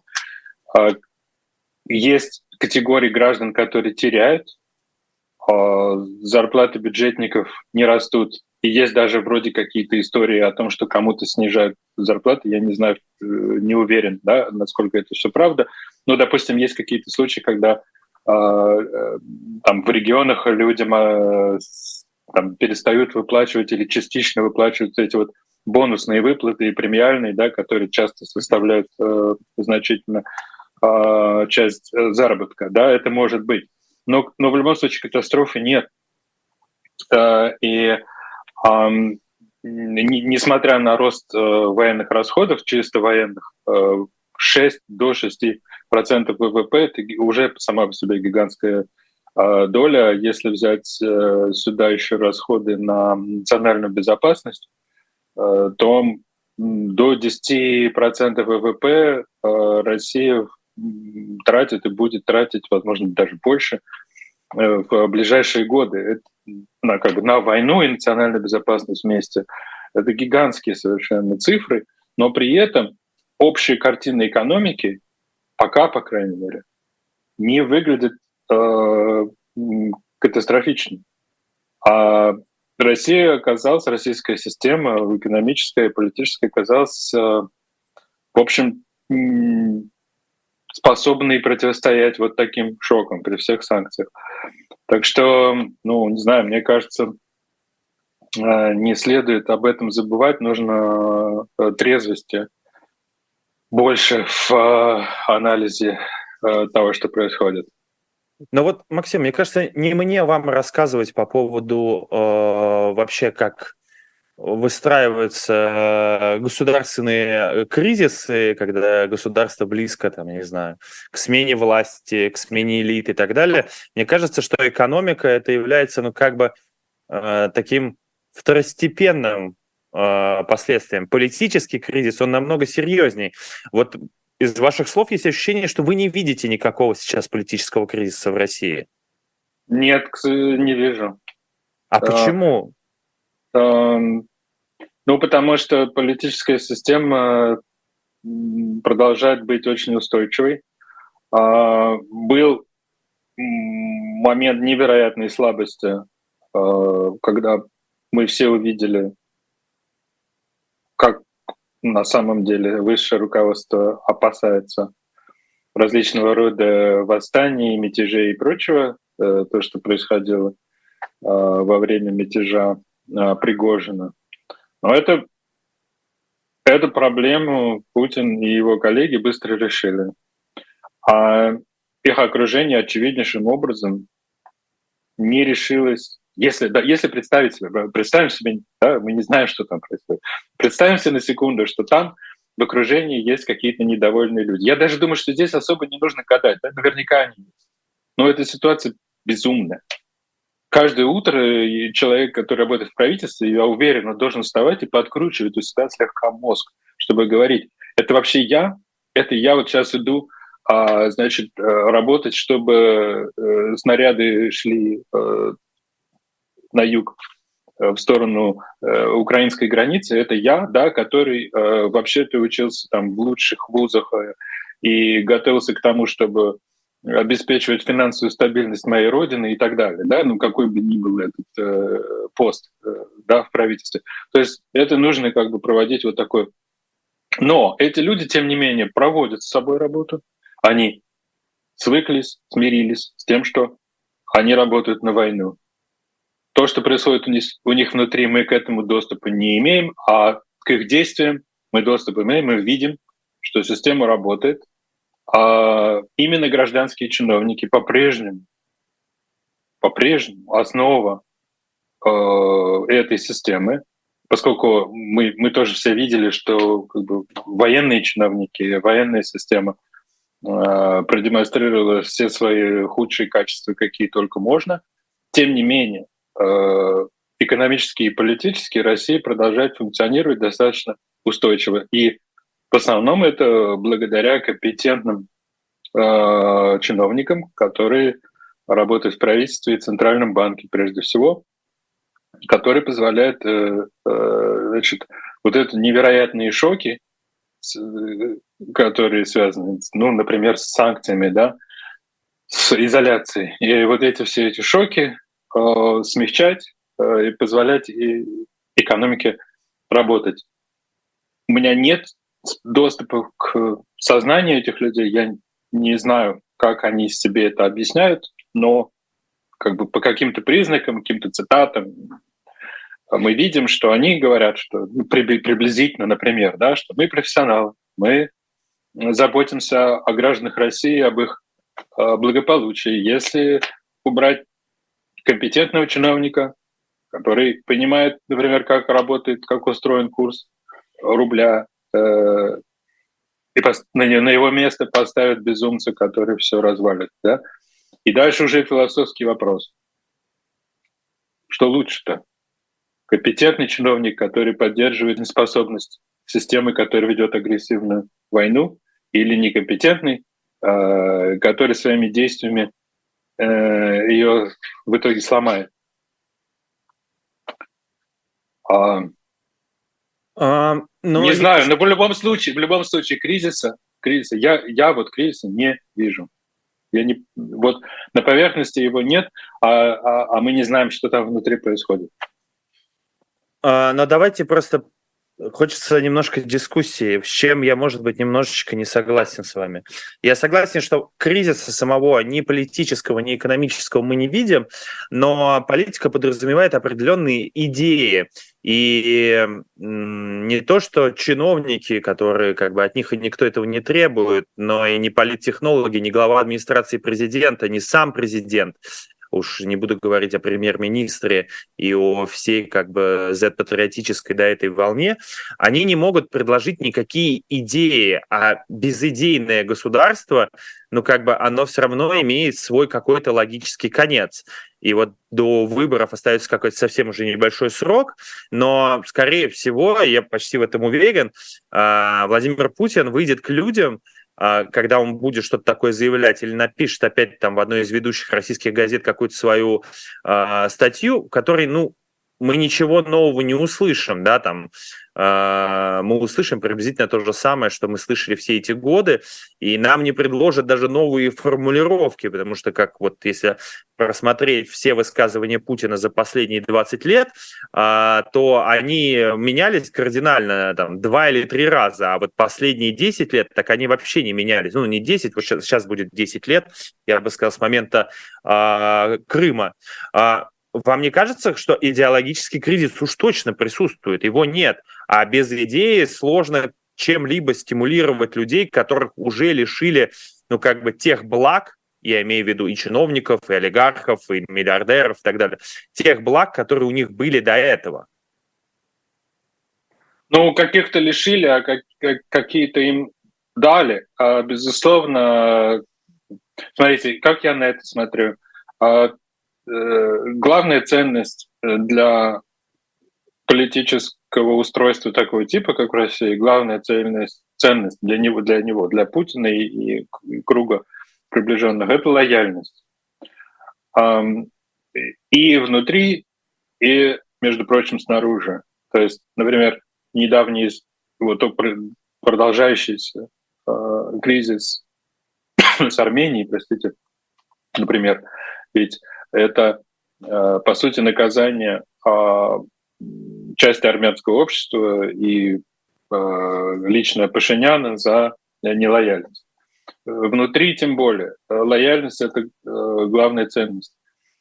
Есть категории граждан, которые теряют, зарплаты бюджетников не растут, и есть даже вроде какие-то истории о том, что кому-то снижают зарплаты. Я не знаю, не уверен, да, насколько это все правда. Но, допустим, есть какие-то случаи, когда там в регионах людям там, перестают выплачивать или частично выплачивают эти вот бонусные выплаты и премиальные, да, которые часто составляют э, значительно э, часть заработка. Да, это может быть. Но, но в любом случае катастрофы нет. Э, и э, несмотря на рост военных расходов, чисто военных, шесть до шести процентов ВВП — это уже сама по себе гигантская доля. Если взять сюда еще расходы на национальную безопасность, то до десяти процентов ВВП Россия тратит и будет тратить, возможно, даже больше в ближайшие годы. Это на, как бы, на войну и национальную безопасность вместе. Это гигантские совершенно цифры, но при этом общая картина экономики пока, по крайней мере, не выглядит э, катастрофично. А Россия оказалась, российская система экономическая и политическая оказалась, э, в общем, способной противостоять вот таким шокам при всех санкциях. Так что, ну, не знаю, мне кажется, не следует об этом забывать, нужно трезвости больше в анализе того, что происходит. Ну вот, Максим, мне кажется, не мне вам рассказывать по поводу э, вообще, как выстраиваются государственные кризисы, когда государство близко, там, я не знаю, к смене власти, к смене элит и так далее. Мне кажется, что экономика это является, ну, как бы э, таким второстепенным э, последствием. Политический кризис, он намного серьезней. Вот из ваших слов есть ощущение, что вы не видите никакого сейчас политического кризиса в России. Нет, не вижу. А, а почему? А, ну, потому что политическая система продолжает быть очень устойчивой. А, был момент невероятной слабости, а, когда мы все увидели, как на самом деле высшее руководство опасается различного рода восстаний, мятежей и прочего, то, что происходило во время мятежа Пригожина. Но это, эту проблему Путин и его коллеги быстро решили. А их окружение очевиднейшим образом не решилось. Если, да, если представить себе, представим себе, да, мы не знаем, что там происходит. Представим себе на секунду, что там в окружении есть какие-то недовольные люди. Я даже думаю, что здесь особо не нужно гадать. Да? Наверняка они есть. Но эта ситуация безумная. Каждое утро человек, который работает в правительстве, я уверен, он должен вставать и подкручивать у себя слегка мозг, чтобы говорить, это вообще я, это я вот сейчас иду, а, значит, работать, чтобы э, снаряды шли э, на юг, в сторону э, украинской границы, это я, да, который э, вообще-то учился там в лучших вузах э, и готовился к тому, чтобы обеспечивать финансовую стабильность моей родины и так далее, да, ну какой бы ни был этот э, пост, э, да, в правительстве. То есть это нужно как бы проводить вот такой. Но эти люди, тем не менее, проводят с собой работу, они свыклись, смирились с тем, что они работают на войну. То, что происходит у них, у них внутри, мы к этому доступа не имеем, а к их действиям мы доступ имеем, мы видим, что система работает. А именно гражданские чиновники по-прежнему, по-прежнему основа э, этой системы, поскольку мы, мы тоже все видели, что как бы, военные чиновники, военная система э, продемонстрировала все свои худшие качества, какие только можно. Тем не менее, э, экономически и политически Россия продолжает функционировать достаточно устойчиво. И в основном это благодаря компетентным э, чиновникам, которые работают в правительстве и Центральном банке прежде всего, которые позволяют э, э, значит, вот это невероятные шоки, с, которые связаны, ну, например, с санкциями, да, с изоляцией. И вот эти все эти шоки э, смягчать э, и позволять и экономике работать. У меня нет доступа к сознанию этих людей, я не знаю, как они себе это объясняют, но как бы по каким-то признакам, каким-то цитатам мы видим, что они говорят, что ну, приблизительно, например, да, что мы профессионалы, мы заботимся о гражданах России, об их благополучии. Если убрать компетентного чиновника, который понимает, например, как работает, как устроен курс рубля, э, и на его место поставят безумца, который все развалит. Да? И дальше уже философский вопрос. Что лучше-то? Компетентный чиновник, который поддерживает неспособность системы, которая ведет агрессивную войну, или некомпетентный, э, который своими действиями э, ее в итоге сломает? А, а, но не знаю, но в любом случае, в любом случае кризиса, кризиса я, я вот кризиса не вижу. Я не, вот на поверхности его нет, а, а, а мы не знаем, что там внутри происходит. А, но давайте просто... Хочется немножко дискуссии, с чем я, может быть, немножечко не согласен с вами. Я согласен, что кризиса самого ни политического, ни экономического мы не видим, но политика подразумевает определенные идеи. И не то, что чиновники, которые как бы от них и никто этого не требует, но и не политтехнологи, не глава администрации президента, не сам президент, уж не буду говорить о премьер-министре и о всей как бы зет-патриотической до этой волне, они не могут предложить никакие идеи, а безидейное государство, ну как бы оно все равно имеет свой какой-то логический конец. И вот до выборов остается какой-то совсем уже небольшой срок, но, скорее всего, я почти в этом уверен, Владимир Путин выйдет к людям, когда он будет что-то такое заявлять или напишет опять там в одной из ведущих российских газет какую-то свою э, статью, в которой, ну, мы ничего нового не услышим, да, там, э, мы услышим приблизительно то же самое, что мы слышали все эти годы, и нам не предложат даже новые формулировки, потому что, как вот если просмотреть все высказывания Путина за последние двадцать лет, э, то они менялись кардинально там два или три раза, а вот последние десять лет, так они вообще не менялись. Ну, не десять, вот сейчас, сейчас будет десять лет, я бы сказал, с момента э, Крыма. Э, Вам не кажется, что идеологический кризис уж точно присутствует? Его нет. А без идеи сложно чем-либо стимулировать людей, которых уже лишили, ну, как бы тех благ, я имею в виду и чиновников, и олигархов, и миллиардеров, и так далее, тех благ, которые у них были до этого. Ну, каких-то лишили, а как, как, какие-то им дали. А, безусловно, смотрите, как я на это смотрю. А, главная ценность для политического устройства такого типа, как в России, главная ценность, ценность для него, для него, для Путина и, и круга приближенных — это лояльность. И внутри, и, между прочим, снаружи. То есть, например, недавний вот, продолжающийся кризис с Арменией, простите, например, ведь это, по сути, наказание части армянского общества и лично Пашиняна за нелояльность. Внутри тем более. Лояльность — это главная ценность.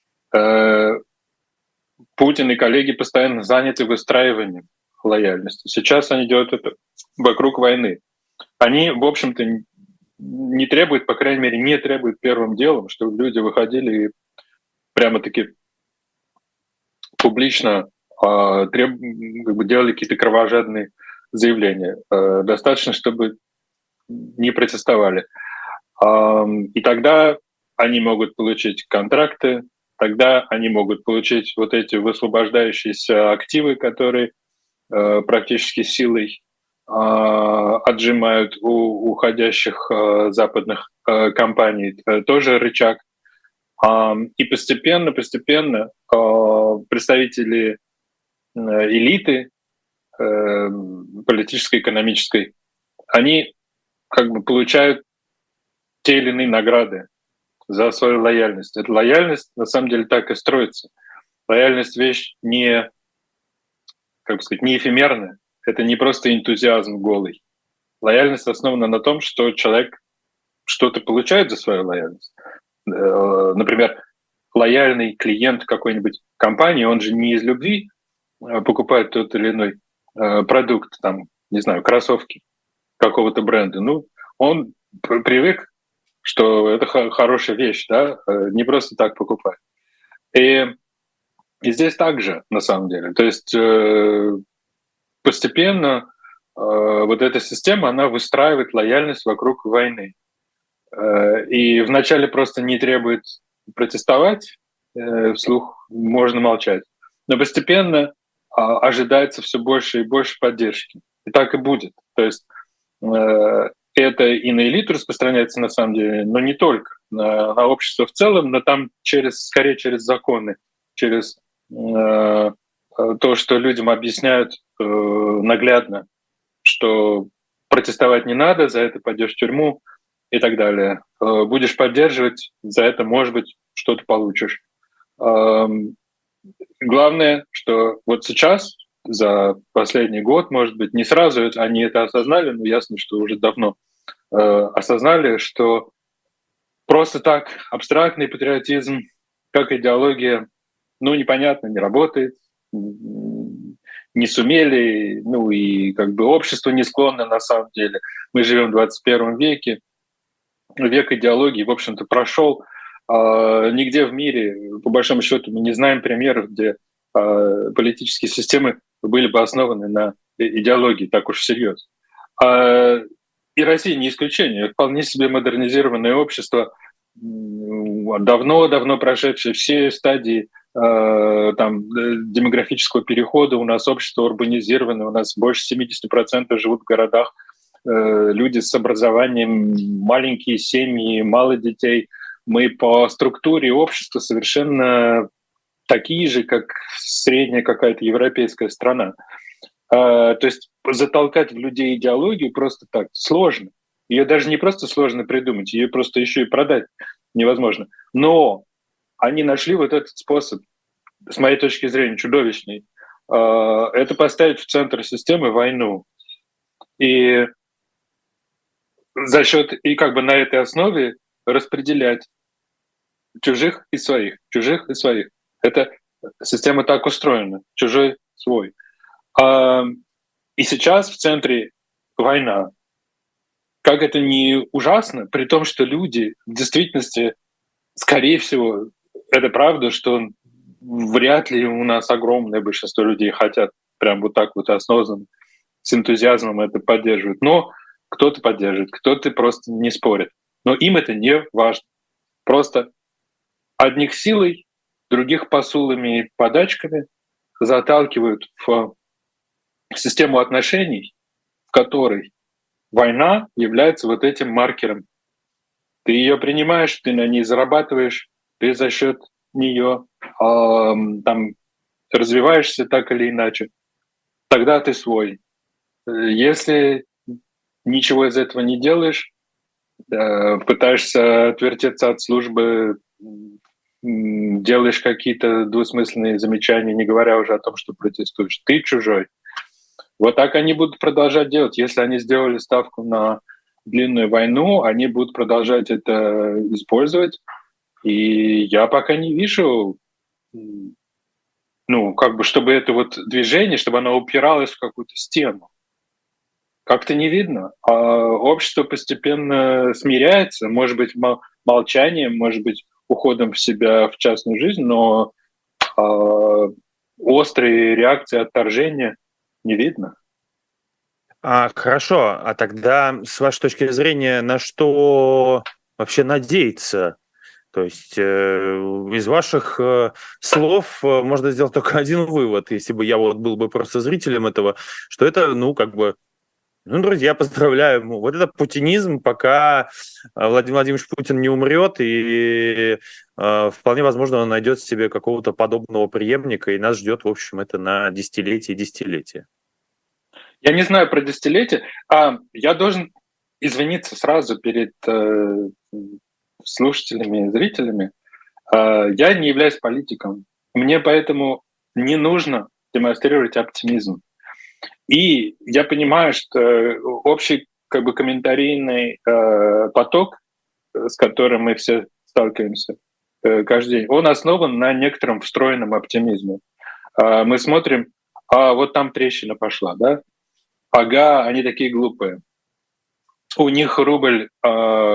Путин и коллеги постоянно заняты выстраиванием лояльности. Сейчас они делают это вокруг войны. Они, в общем-то, не требуют, по крайней мере, не требуют первым делом, чтобы люди выходили и прямо-таки публично э, треб, как бы делали какие-то кровожадные заявления. Э, достаточно, чтобы не протестовали. Э, и тогда они могут получить контракты, тогда они могут получить вот эти высвобождающиеся активы, которые э, практически силой э, отжимают у уходящих э, западных э, компаний. Э, тоже рычаг. Э, и постепенно, постепенно э, представители э, элиты э, политической, экономической, они как бы получают те или иные награды за свою лояльность. Эта лояльность на самом деле так и строится. Лояльность — вещь не, как бы сказать, не эфемерная. Это не просто энтузиазм голый. Лояльность основана на том, что человек что-то получает за свою лояльность. Например, лояльный клиент какой-нибудь компании, он же не из любви покупает тот или иной продукт, там, не знаю, кроссовки какого-то бренда. Ну, он привык, что это хорошая вещь, да, не просто так покупать. И И здесь также, на самом деле. То есть э, постепенно э, вот эта система, она выстраивает лояльность вокруг войны. Э, и вначале просто не требует протестовать, э, вслух можно молчать. Но постепенно э, ожидается все больше и больше поддержки. И так и будет. То есть э, это и на элиту распространяется на самом деле, но не только, на, на общество в целом, но там через, скорее через законы, через э, то, что людям объясняют э, наглядно, что протестовать не надо, за это пойдешь в тюрьму и так далее. Э, будешь поддерживать, за это, может быть, что-то получишь. Э, главное, что вот сейчас, за последний год, может быть, не сразу они это осознали, но ясно, что уже давно э, осознали, что просто так абстрактный патриотизм, как идеология, ну, непонятно, не работает, не сумели, ну и как бы общество не склонно на самом деле. Мы живем в двадцать первом веке, век идеологии, в общем-то, прошел. А, нигде в мире, по большому счету, мы не знаем примеров, где а, политические системы были бы основаны на идеологии, так уж всерьез. А, и Россия не исключение. Вполне себе модернизированное общество, давно-давно прошедшее все стадии э, там, демографического перехода. У нас общество урбанизированное, у нас больше семьдесят процентов живут в городах, э, люди с образованием, маленькие семьи, мало детей. Мы по структуре общества совершенно такие же, как средняя какая-то европейская страна. Э, то есть затолкать в людей идеологию просто так сложно. Ее даже не просто сложно придумать, ее просто еще и продать невозможно. Но они нашли вот этот способ, с моей точки зрения, чудовищный. Это поставить в центр системы войну. И за счет, и как бы на этой основе распределять чужих и своих, чужих и своих. Эта система так устроена, чужой свой. И сейчас в центре война. Как это не ужасно, при том, что люди в действительности, скорее всего, это правда, что вряд ли у нас огромное большинство людей хотят прям вот так вот осознанно, с энтузиазмом это поддерживать. Но кто-то поддерживает, кто-то просто не спорит. Но им это не важно. Просто одних силой, других посулами и подачками заталкивают в систему отношений, в которой война является вот этим маркером. Ты ее принимаешь, ты на ней зарабатываешь, ты за счет нее э, там развиваешься так или иначе. Тогда ты свой. Если ничего из этого не делаешь, э, пытаешься отвертеться от службы, делаешь какие-то двусмысленные замечания, не говоря уже о том, что протестуешь, ты чужой. Вот так они будут продолжать делать. Если они сделали ставку на длинную войну, они будут продолжать это использовать. И я пока не вижу, ну, как бы, чтобы это вот движение, чтобы оно упиралось в какую-то стену. Как-то не видно. А общество постепенно смиряется, может быть, молчанием, может быть, уходом в себя в частную жизнь, но а, острые реакции отторжения не видно. А, хорошо, а тогда, с вашей точки зрения, на что вообще надеяться? То есть э, из ваших э, слов э, можно сделать только один вывод, если бы я вот был бы просто зрителем этого, что это, ну, как бы, ну, друзья, поздравляю, вот это путинизм, пока Владимир Владимирович Путин не умрет, и э, вполне возможно он найдет себе какого-то подобного преемника, и нас ждет, в общем, это на десятилетия и десятилетия. Я не знаю про десятилетие, а я должен извиниться сразу перед э, слушателями и зрителями. Э, я не являюсь политиком. Мне поэтому не нужно демонстрировать оптимизм. И я понимаю, что общий как бы комментарийный э, поток, с которым мы все сталкиваемся э, каждый день, он основан на некотором встроенном оптимизме. Э, мы смотрим, а вот там трещина пошла, да? Ага, они такие глупые. У них рубль э,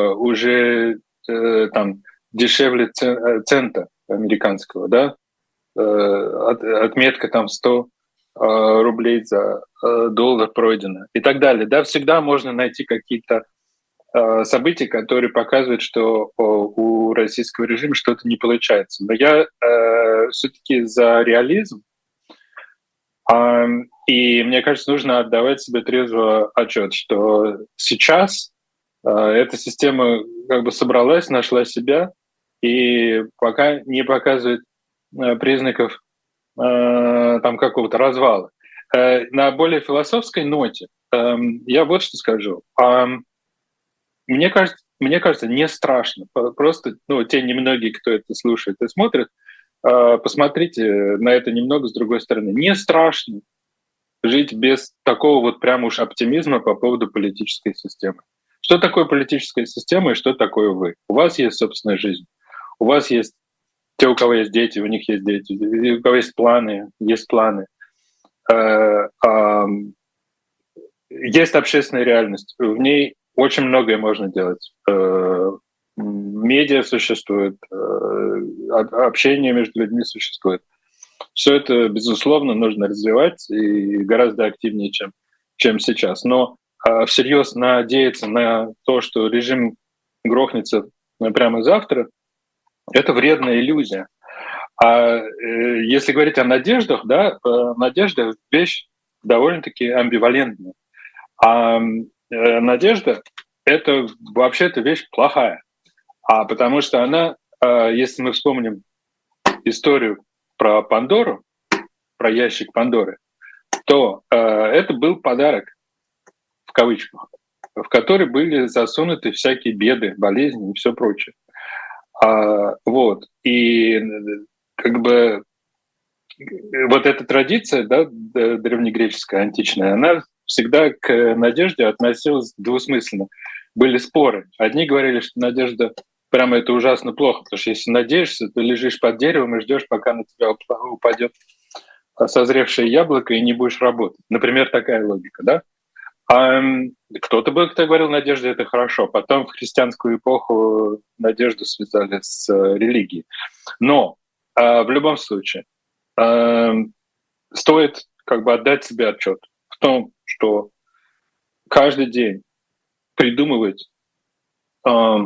уже э, там дешевле цента американского, да? от, отметка там сто рублей за доллар пройдена и так далее. Да, всегда можно найти какие-то события, которые показывают, что у российского режима что-то не получается. Но я э, все-таки за реализм, э, и мне кажется, нужно отдавать себе трезво отчет, что сейчас э, эта система как бы собралась, нашла себя, и пока не показывает э, признаков э, там какого-то развала. Э, на более философской ноте э, я вот что скажу. Э, Мне кажется, мне кажется, не страшно. Просто, ну, те немногие, кто это слушает и смотрит, посмотрите на это немного с другой стороны. Не страшно жить без такого вот прям уж оптимизма по поводу политической системы. Что такое политическая система и что такое вы? У вас есть собственная жизнь. У вас есть те, у кого есть дети, у них есть дети. У кого есть планы, есть планы. Есть общественная реальность. В ней очень многое можно делать. Медиа существует, общение между людьми существует. Все это, безусловно, нужно развивать и гораздо активнее, чем, чем сейчас. Но всерьез надеяться на то, что режим грохнется прямо завтра, это вредная иллюзия. А если говорить о надеждах, да, надежда — вещь довольно-таки амбивалентная. А надежда — это вообще-то вещь плохая. А потому что она, если мы вспомним историю про Пандору, про ящик Пандоры, то это был подарок, в кавычках, в который были засунуты всякие беды, болезни и все прочее. Вот. И как бы вот эта традиция, да, древнегреческая, античная, она всегда к надежде относилась двусмысленно. Были споры. Одни говорили, что надежда прямо это ужасно плохо, потому что если надеешься, то лежишь под деревом и ждешь, пока на тебя упадет созревшее яблоко, и не будешь работать. Например, такая логика, да? А кто-то бы, кто говорил, надежда — это хорошо. Потом в христианскую эпоху надежду связали с религией. Но в любом случае стоит как бы отдать себе отчет в том, что каждый день придумывать, э,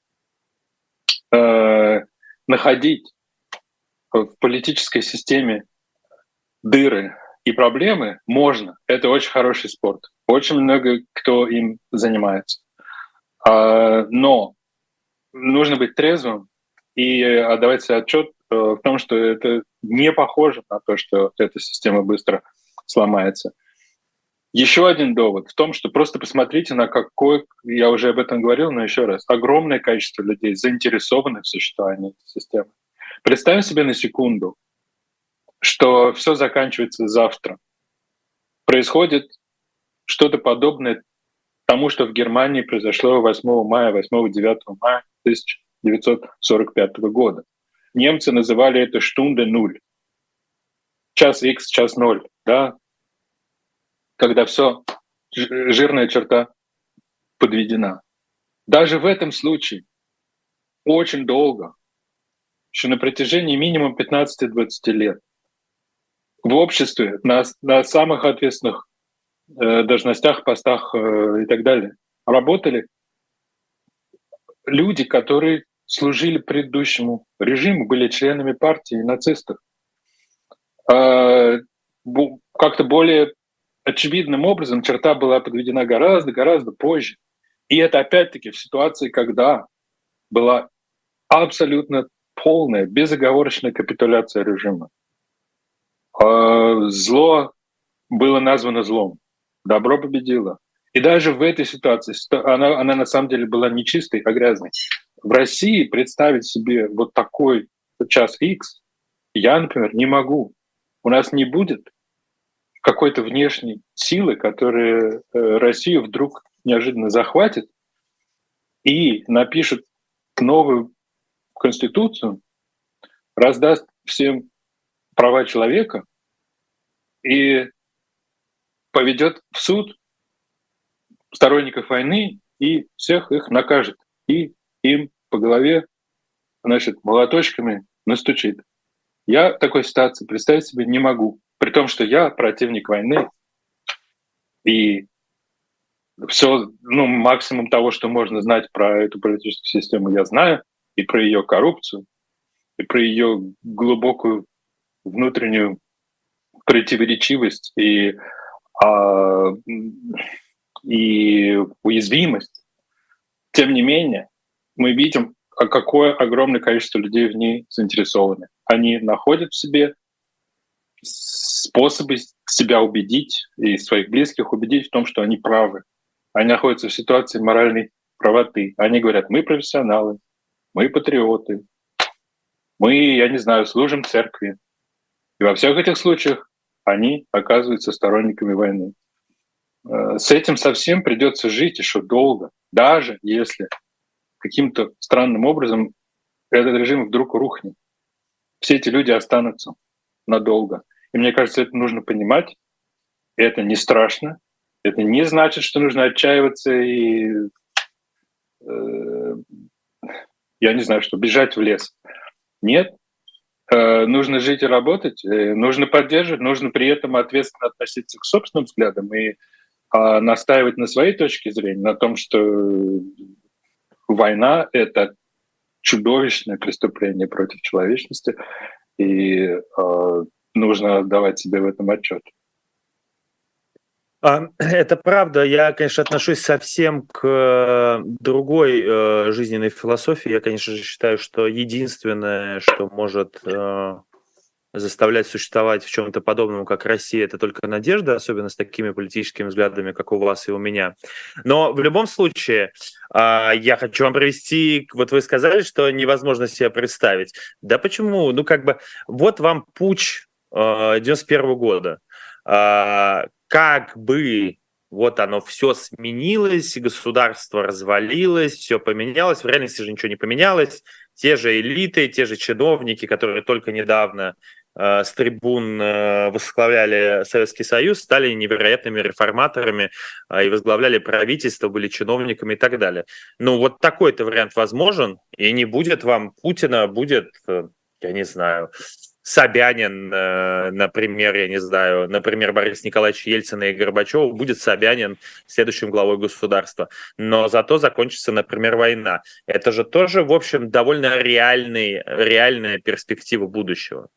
э, находить в политической системе дыры и проблемы можно. Это очень хороший спорт. Очень много кто им занимается. Э, но нужно быть трезвым и отдавать себе отчет э, в том, что это не похоже на то, что эта система быстро сломается. Еще один довод в том, что просто посмотрите на какое, я уже об этом говорил, но еще раз, огромное количество людей заинтересованы в существовании этой системы. Представим себе на секунду, что все заканчивается завтра. Происходит что-то подобное тому, что в Германии произошло восьмого мая, восьмого-девятого мая тысяча девятьсот сорок пятого года. Немцы называли это «штунде нуль», час икс, час ноль, да, когда все, жирная черта подведена. Даже в этом случае очень долго, еще на протяжении минимум пятнадцати-двадцати лет, в обществе, на, на самых ответственных э, должностях, постах э, и так далее, работали люди, которые служили предыдущему режиму, были членами партии нацистов. Э, бу, как-то более очевидным образом черта была подведена гораздо-гораздо позже. И это опять-таки в ситуации, когда была абсолютно полная, безоговорочная капитуляция режима. Зло было названо злом, добро победило. И даже в этой ситуации она, она на самом деле была не чистой, а грязной. В России представить себе вот такой час икс я, например, не могу. У нас не будет какой-то внешней силы, которая Россию вдруг неожиданно захватит и напишет новую конституцию, раздаст всем права человека и поведет в суд сторонников войны и всех их накажет. И им по голове, значит, молоточками настучит. Я такой ситуации представить себе не могу, при том, что я противник войны, и все, ну, максимум того, что можно знать про эту политическую систему, я знаю, и про ее коррупцию, и про ее глубокую внутреннюю противоречивость и, а, и уязвимость. Тем не менее, мы видим, а какое огромное количество людей в ней заинтересованы. Они находят в себе способы себя убедить и своих близких убедить в том, что они правы. Они находятся в ситуации моральной правоты. Они говорят, мы профессионалы, мы патриоты, мы, я не знаю, служим церкви. И во всех этих случаях они оказываются сторонниками войны. С этим совсем придется жить еще долго, даже если каким-то странным образом этот режим вдруг рухнет. Все эти люди останутся надолго. И мне кажется, это нужно понимать. Это не страшно. Это не значит, что нужно отчаиваться и, э, я не знаю, что, бежать в лес. Нет. Э, нужно жить и работать. Э, нужно поддерживать. Нужно при этом ответственно относиться к собственным взглядам и э, настаивать на своей точке зрения, на том, что война — это чудовищное преступление против человечности, и э, нужно отдавать себе в этом отчет. Это правда. Я, конечно, отношусь совсем к другой э, жизненной философии. Я, конечно же, считаю, что единственное, что может э, заставлять существовать в чем-то подобном, как Россия, это только надежда, особенно с такими политическими взглядами, как у вас и у меня. Но в любом случае, э, я хочу вам привести, вот вы сказали, что невозможно себе представить. Да почему? Ну, как бы, вот вам путч э, девяносто первого года. Э, как бы вот оно все сменилось, государство развалилось, все поменялось, в реальности же ничего не поменялось. Те же элиты, те же чиновники, которые только недавно э, с трибун э, возглавляли Советский Союз, стали невероятными реформаторами э, и возглавляли правительство, были чиновниками и так далее. Ну вот такой-то вариант возможен, и не будет вам Путина, будет, э, я не знаю... Собянин, например, я не знаю, например, Борис Николаевич Ельцина и Горбачева, будет Собянин следующим главой государства. Но зато закончится, например, война. Это же тоже, в общем, довольно реальный, реальная перспектива будущего.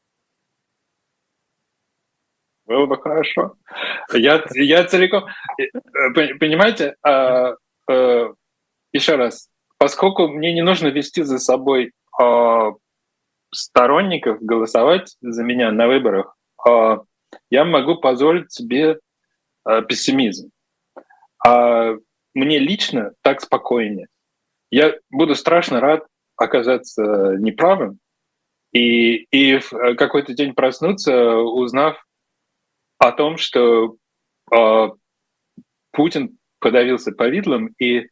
Было бы хорошо. Я, я целиком... Понимаете, а, а, еще раз, поскольку мне не нужно вести за собой... А, сторонников голосовать за меня на выборах, я могу позволить себе пессимизм. А мне лично так спокойнее. Я буду страшно рад оказаться неправым и, и в какой-то день проснуться, узнав о том, что Путин подавился повидлом и,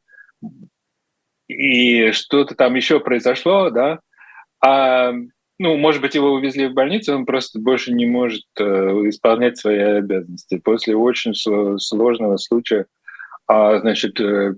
и что-то там еще произошло, да, А, ну, может быть, его увезли в больницу, он просто больше не может э, исполнять свои обязанности. После очень сложного случая, а, значит, э,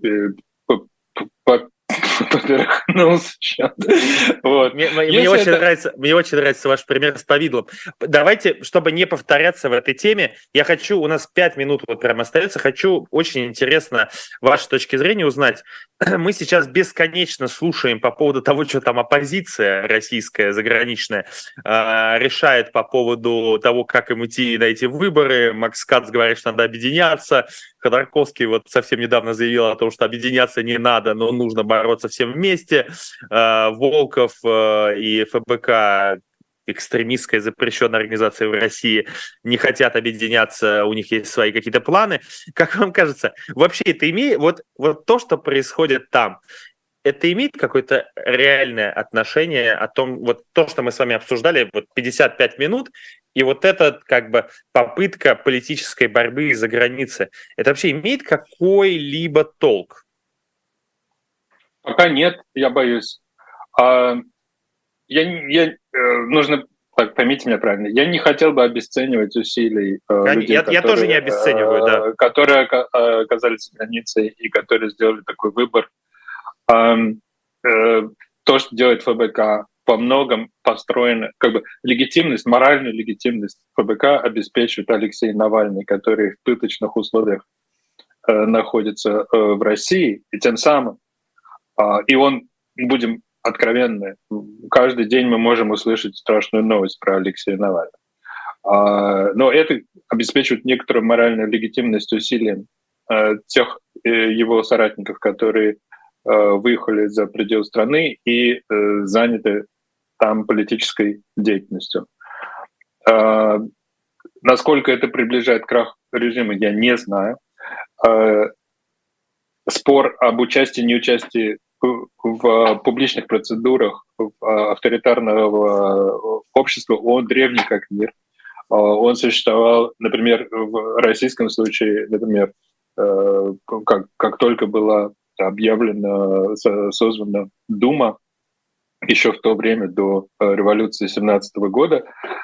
поперхнулся чем-то. Вот. Мне, мне, очень это... нравится, мне очень нравится ваш пример с повидлом. Давайте, чтобы не повторяться в этой теме, я хочу, у нас пять минут вот прямо остается, хочу очень интересно вашей точки зрения узнать. Мы сейчас бесконечно слушаем по поводу того, что там оппозиция российская, заграничная, решает по поводу того, как им идти на эти выборы. Макс Кац говорит, что надо объединяться. Ходорковский вот совсем недавно заявил о том, что объединяться не надо, но нужно бороться всем вместе. Волков и эф бэ ка, экстремистская запрещенная организация в России, не хотят объединяться, у них есть свои какие-то планы. Как вам кажется, вообще это имеет, вот, вот то, что происходит там, это имеет какое-то реальное отношение о том, вот то, что мы с вами обсуждали, вот пятьдесят пять минут, и вот эта как бы попытка политической борьбы из-за границы, это вообще имеет какой-либо толк? Пока нет, я боюсь. А, я, я, нужно, так, поймите меня правильно, я не хотел бы обесценивать усилий Конечно, людей, я, которые, я тоже не обесцениваю, да. которые оказались за границей и которые сделали такой выбор. А, то, что делает эф бэ ка, во многом построена, как бы легитимность, моральную легитимность ФБК обеспечивает Алексей Навальный, который в пыточных условиях э, находится э, в России, и тем самым, э, и он, будем откровенны, каждый день мы можем услышать страшную новость про Алексея Навального. Э, но это обеспечивает некоторую моральную легитимность усилиям э, тех э, его соратников, которые э, выехали за пределы страны и э, заняты там политической деятельностью. Э, насколько это приближает крах режима, я не знаю. Э, спор об участии, неучастии в, в публичных процедурах в авторитарного общества, он древний как мир. Э, он существовал, например, в российском случае, например, э, как, как только была объявлена, созвана Дума, еще в то время, до революции семнадцатого года,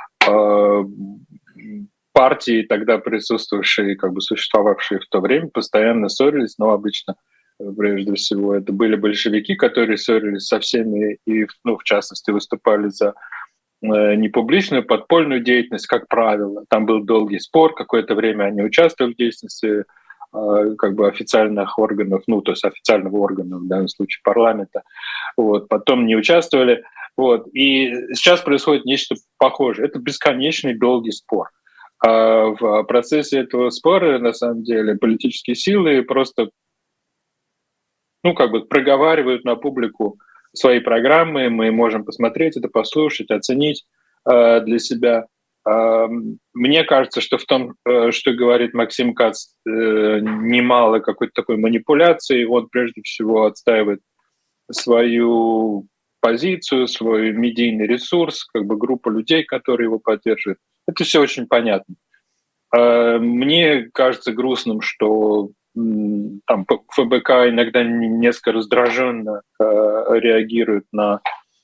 партии, тогда присутствовавшие, как бы существовавшие в то время, постоянно ссорились, но обычно, прежде всего, это были большевики, которые ссорились со всеми и, ну, в частности, выступали за непубличную, подпольную деятельность, как правило. Там был долгий спор, какое-то время они участвовали в деятельности как бы официальных органов, ну, то есть официального органа, в данном случае парламента, вот, потом не участвовали, вот, и сейчас происходит нечто похожее. Это бесконечный долгий спор. А в процессе этого спора, на самом деле, политические силы просто, ну, как бы проговаривают на публику свои программы, мы можем посмотреть это, послушать, оценить э, для себя. Мне кажется, что в том, что говорит Максим Кац, немало какой-то такой манипуляции. Он прежде всего отстаивает свою позицию, свой медийный ресурс, как бы группу людей, которые его поддерживают. Это все очень понятно. Мне кажется грустным, что там ФБК иногда несколько раздраженно реагирует на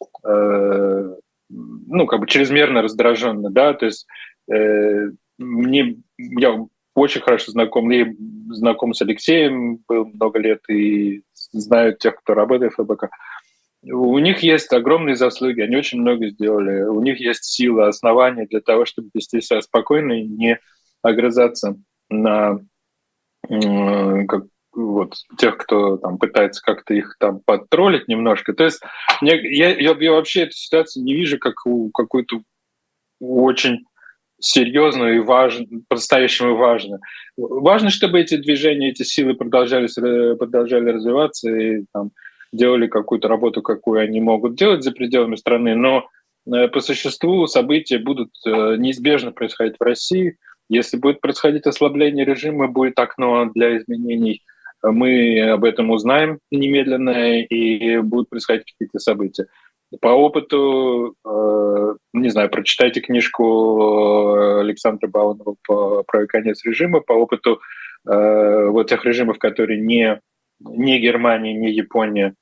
ну, как бы чрезмерно раздраженно, да, то есть э, мне, я очень хорошо знаком, я знаком с Алексеем, был много лет и знаю тех, кто работает в ФБК. У них есть огромные заслуги, они очень много сделали, у них есть сила, основания для того, чтобы вести себя спокойно и не огрызаться на э, как, вот, тех, кто там пытается как-то их там подтроллить немножко. То есть мне, я, я, я вообще эту ситуацию не вижу как какую-то очень серьезную и важную, по-настоящему важную. Важно, чтобы эти движения, эти силы продолжали, продолжали развиваться и там, делали какую-то работу, какую они могут делать за пределами страны, но по существу события будут неизбежно происходить в России. Если будет происходить ослабление режима, будет окно для изменений, мы об этом узнаем немедленно, и будут происходить какие-то события. По опыту, э, не знаю, прочитайте книжку Александра Баунова про конец режима, по опыту э, вот тех режимов, которые не, не Германия, не Япония,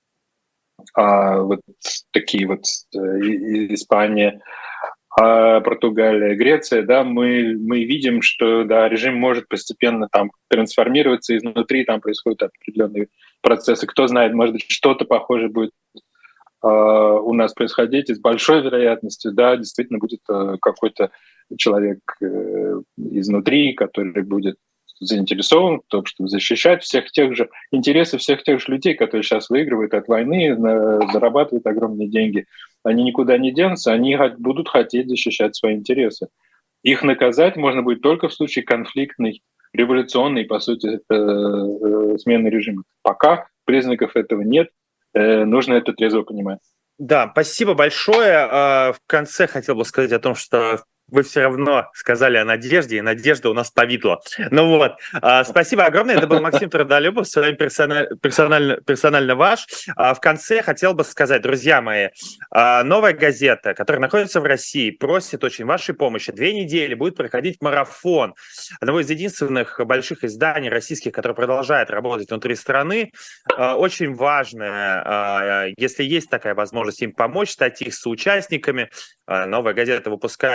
а вот такие вот Испания, Португалия, Греция, да, мы, мы видим, что да, режим может постепенно там трансформироваться, изнутри там происходят определенные процессы. Кто знает, может быть, что-то похожее будет э, у нас происходить, и с большой вероятностью, да, действительно будет э, какой-то человек э, изнутри, который будет заинтересован в том, чтобы защищать всех тех же интересы всех тех же людей, которые сейчас выигрывают от войны, зарабатывают огромные деньги. Они никуда не денутся, они будут хотеть защищать свои интересы. Их наказать можно будет только в случае конфликтной, революционной, по сути, смены режима. Пока признаков этого нет, нужно это трезво понимать. Да, спасибо большое. В конце хотел бы сказать о том, что вы все равно сказали о надежде, и надежда у нас повидла. Ну вот, спасибо огромное. Это был Максим Трудолюбов, с вами персонально, персонально, персонально ваш. В конце хотел бы сказать, друзья мои, Новая газета, которая находится в России, просит очень вашей помощи. Две недели будет проходить марафон одного из единственных больших изданий российских, которое продолжает работать внутри страны. Очень важно, если есть такая возможность им помочь, стать их соучастниками. Новая газета выпускает и впечатляет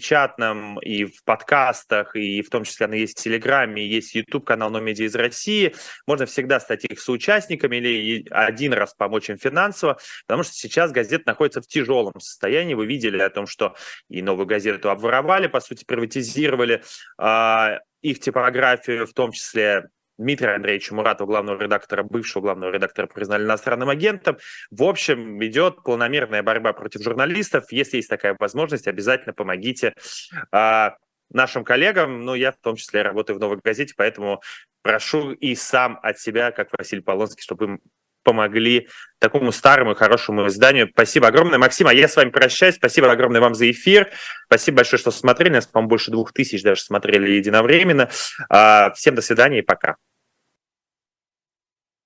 печатном, и в подкастах, и в том числе она есть в Телеграме, есть YouTube-канал «Но Медиа из России». Можно всегда стать их соучастниками или один раз помочь им финансово, потому что сейчас газета находится в тяжелом состоянии. Вы видели о том, что и «Новую газету» обворовали, по сути, приватизировали э, их типографию, в том числе Дмитрия Андреевича Муратова, главного редактора, бывшего главного редактора, признали иностранным агентом. В общем, идет планомерная борьба против журналистов. Если есть такая возможность, обязательно помогите э, нашим коллегам. Ну, я в том числе работаю в «Новой газете», поэтому прошу и сам от себя, как Василий Полонский, чтобы им помогли такому старому и хорошему изданию. Спасибо огромное. Максим, а я с вами прощаюсь. Спасибо огромное вам за эфир. Спасибо большое, что смотрели. Нас, по-моему, больше двух тысяч даже смотрели единовременно. Всем до свидания и пока.